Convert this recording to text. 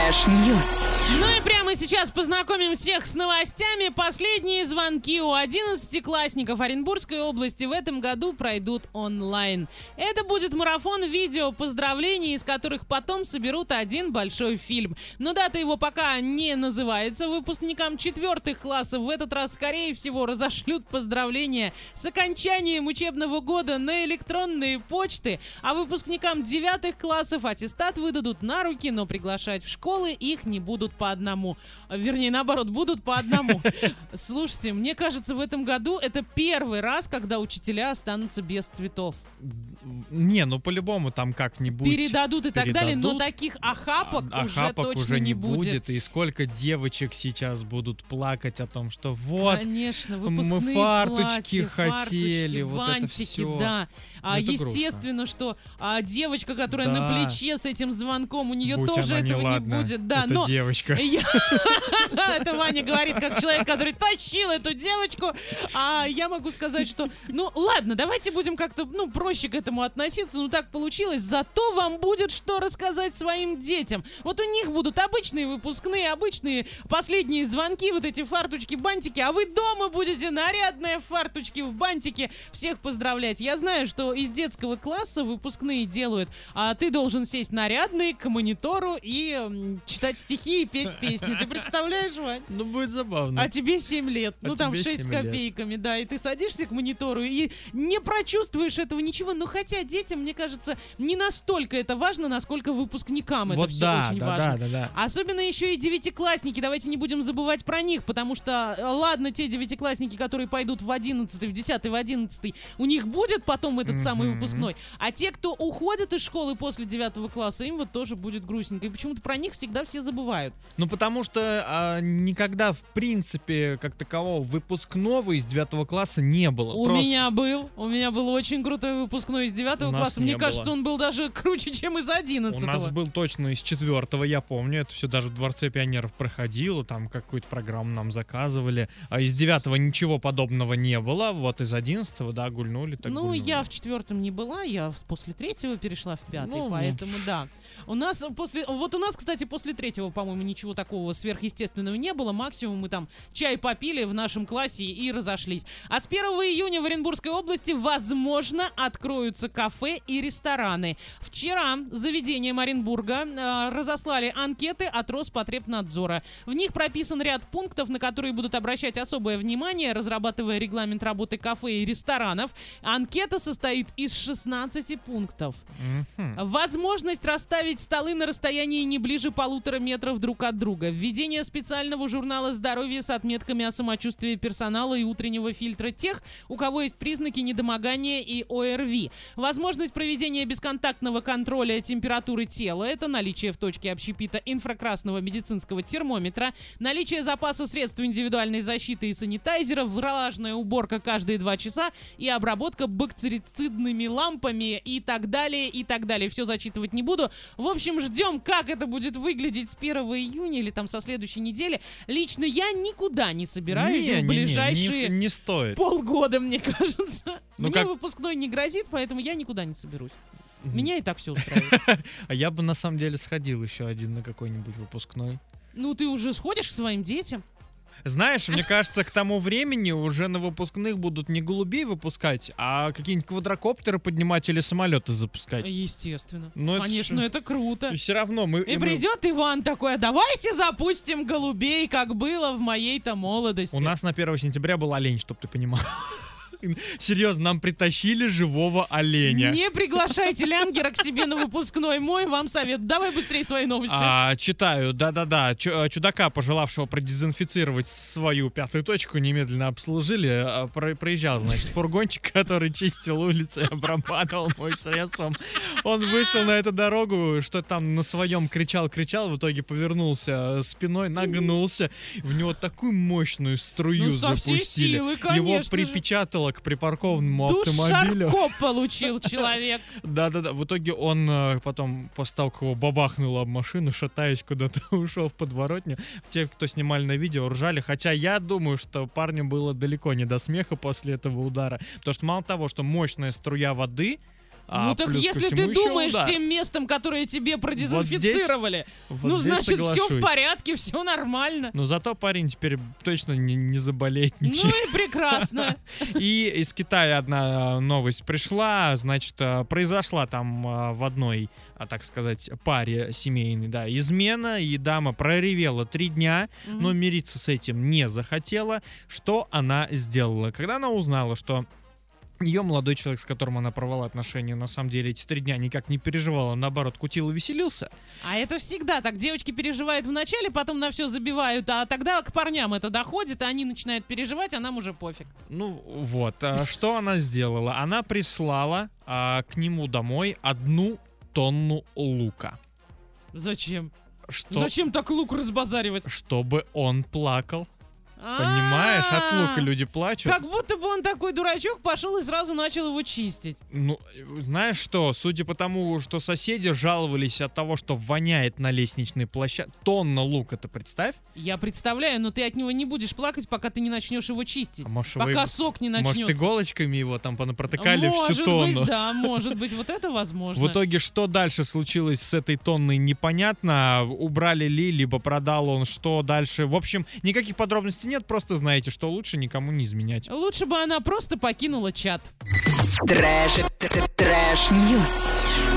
News. Ну и прямо сейчас познакомим всех с новостями. Последние звонки у 11-классников Оренбургской области в этом году пройдут онлайн. Это будет марафон видео поздравлений, из которых потом соберут один большой фильм. Но дата его пока не называется. Выпускникам 4 классов в этот раз, скорее всего, разошлют поздравления с окончанием учебного года на электронные почты, а выпускникам 9 классов аттестат выдадут на руки, но приглашать в школы их не будут по одному. Вернее, наоборот, будут по одному. Слушайте, мне кажется, в этом году это первый раз, когда учителя останутся без цветов. Не, ну по-любому там как-нибудь Передадут и так далее, но таких охапок уже точно не будет. И сколько девочек сейчас будут плакать о том, что вот, конечно, мы фарточки хотели, вот бантики, это все. Да. Естественно, грустно. что девочка, которая на плече с этим звонком, у нее Будь тоже она этого неладна, не будет. Да, это но девочка. Это Ваня говорит как человек, который тащил эту девочку. А я могу сказать, что, ну ладно, давайте будем как-то, проще к этому относиться. Ну так получилось. Зато вам будет что рассказать своим детям. Вот у них будут обычные выпускные, обычные последние звонки, вот эти фарточки, бантики, а вы дома будете нарядные фарточки в бантике всех поздравлять. Я знаю, что из детского класса выпускные делают, а ты должен сесть нарядный к монитору и читать стихи и петь песни. Ты представляешь, Вань? Ну, будет забавно. А тебе 7 лет. Ну, там 6 с копейками, да. И ты садишься к монитору и не прочувствуешь этого ничего. Но хотя детям, мне кажется, не настолько это важно, насколько выпускникам вот это все очень важно. Да. Особенно еще и девятиклассники. Давайте не будем забывать про них, потому что, ладно, те девятиклассники, которые пойдут в 11, в 10, в 11, у них будет потом этот самый выпускной. А те, кто уходят из школы после 9 класса, им вот тоже будет грустненько. И почему-то про них всегда все забывают. Ну, потому что никогда, в принципе, как такового выпускного из 9 класса не было. У меня был очень крутой выпускной из 9 класса. Мне кажется, он был даже круче, чем из 11. У нас был точно из 4, я помню. Это все даже в Дворце пионеров проходило. Там какую-то программу нам заказывали. А из 9 ничего подобного не было. Вот из 11, да, гульнули. Так ну, гульнули. Я в 4 не была. Я после 3 перешла в 5, поэтому да. У нас, кстати, после 3, по-моему, ничего такого сверхъестественного не было. Максимум мы там чай попили в нашем классе и разошлись. А с 1 июня в Оренбургской области, возможно, откроются кафе и рестораны. Вчера заведениям Оренбурга разослали анкеты от Роспотребнадзора. В них прописан ряд пунктов, на которые будут обращать особое внимание, разрабатывая регламент работы кафе и ресторанов. Анкета состоит из 16 пунктов. Возможность расставить столы на расстоянии не ближе 1,5 метров друг от друга. Введение специального журнала здоровья с отметками о самочувствии персонала и утреннего фильтра тех, у кого есть признаки недомогания и ОРВИ. Возможность проведения бесконтактного контроля температуры тела. Это наличие в точке общепита инфракрасного медицинского термометра, наличие запаса средств индивидуальной защиты и санитайзеров, влажная уборка каждые 2 часа и обработка бактерицидными лампами и так далее, и так далее. Все зачитывать не буду. В общем, ждем, как это будет выглядеть с 1 июня или там со следующей недели. Лично я никуда не собираюсь в ближайшие не стоит. полгода, мне кажется. Мне выпускной не грозит, поэтому я никуда не соберусь. Меня и так все устраивает. А я бы на самом деле сходил еще один на какой-нибудь выпускной. Ну, ты уже сходишь к своим детям? Знаешь, мне кажется, к тому времени уже на выпускных будут не голубей выпускать, а какие-нибудь квадрокоптеры поднимать или самолеты запускать. Естественно. Но конечно, это круто. И все равно мы... И придет Иван такой: а давайте запустим голубей, как было в моей-то молодости. У нас на 1 сентября был олень, чтоб ты понимал. Серьезно, нам притащили живого оленя. Не приглашайте Лянгера к себе на выпускной. Мой вам совет. Давай быстрее свои новости. Читаю, да-да-да. Чудака, пожелавшего продезинфицировать свою 5-ю точку, немедленно обслужили. Проезжал, значит, фургончик, который чистил улицы и обрабатывал моесредством. Он вышел на эту дорогу, что там на своем кричал, в итоге повернулся спиной, нагнулся. В него такую мощную струю запустили. Силы, его припечатало к припаркованному автомобилю. Душаркоп получил человек. Да-да-да. В итоге он потом, после того, как его бабахнуло об машину, шатаясь, куда-то ушел в подворотню. Те, кто снимали на видео, ржали. Хотя я думаю, что парню было далеко не до смеха после этого удара. Потому что мало того, что мощная струя воды Ну так плюс ко если всему ты еще думаешь удар. тем местом, которое тебе продезинфицировали, ну здесь значит все в соглашусь. порядке, все нормально. Но зато парень теперь точно не заболеет Ну ничем. и прекрасно. И из Китая одна новость пришла, значит, произошла там в одной, так сказать, паре семейной, да, измена, и дама проревела 3 дня, но мириться с этим не захотела. Что она сделала? Когда она узнала, что ее молодой человек, с которым она порвала отношения, на самом деле эти 3 дня никак не переживал, а наоборот кутил и веселился. А это всегда так. Девочки переживают вначале, потом на все забивают, а тогда к парням это доходит, и они начинают переживать, а нам уже пофиг. Ну вот, что она сделала? Она прислала к нему домой 1 тонну лука. Зачем? Зачем так лук разбазаривать? Чтобы он плакал. Понимаешь, от лука люди плачут. Как будто бы он такой дурачок пошел и сразу начал его чистить. Ну, знаешь что, судя по тому, что соседи жаловались от того, что воняет на лестничной площадке. Тонна лука, ты представь? Я представляю, но ты от него не будешь плакать, пока ты не начнешь его чистить. Может, пока сок не начнется. Может, иголочками его там понапротыкали всю тонну? Может быть, да, может быть, вот это возможно. В итоге, что дальше случилось с этой тонной, непонятно. Убрали ли, либо продал он, что дальше. В общем, никаких подробностей нет, просто знаете, что лучше никому не изменять. Лучше бы она просто покинула чат. Трэш-ньюс.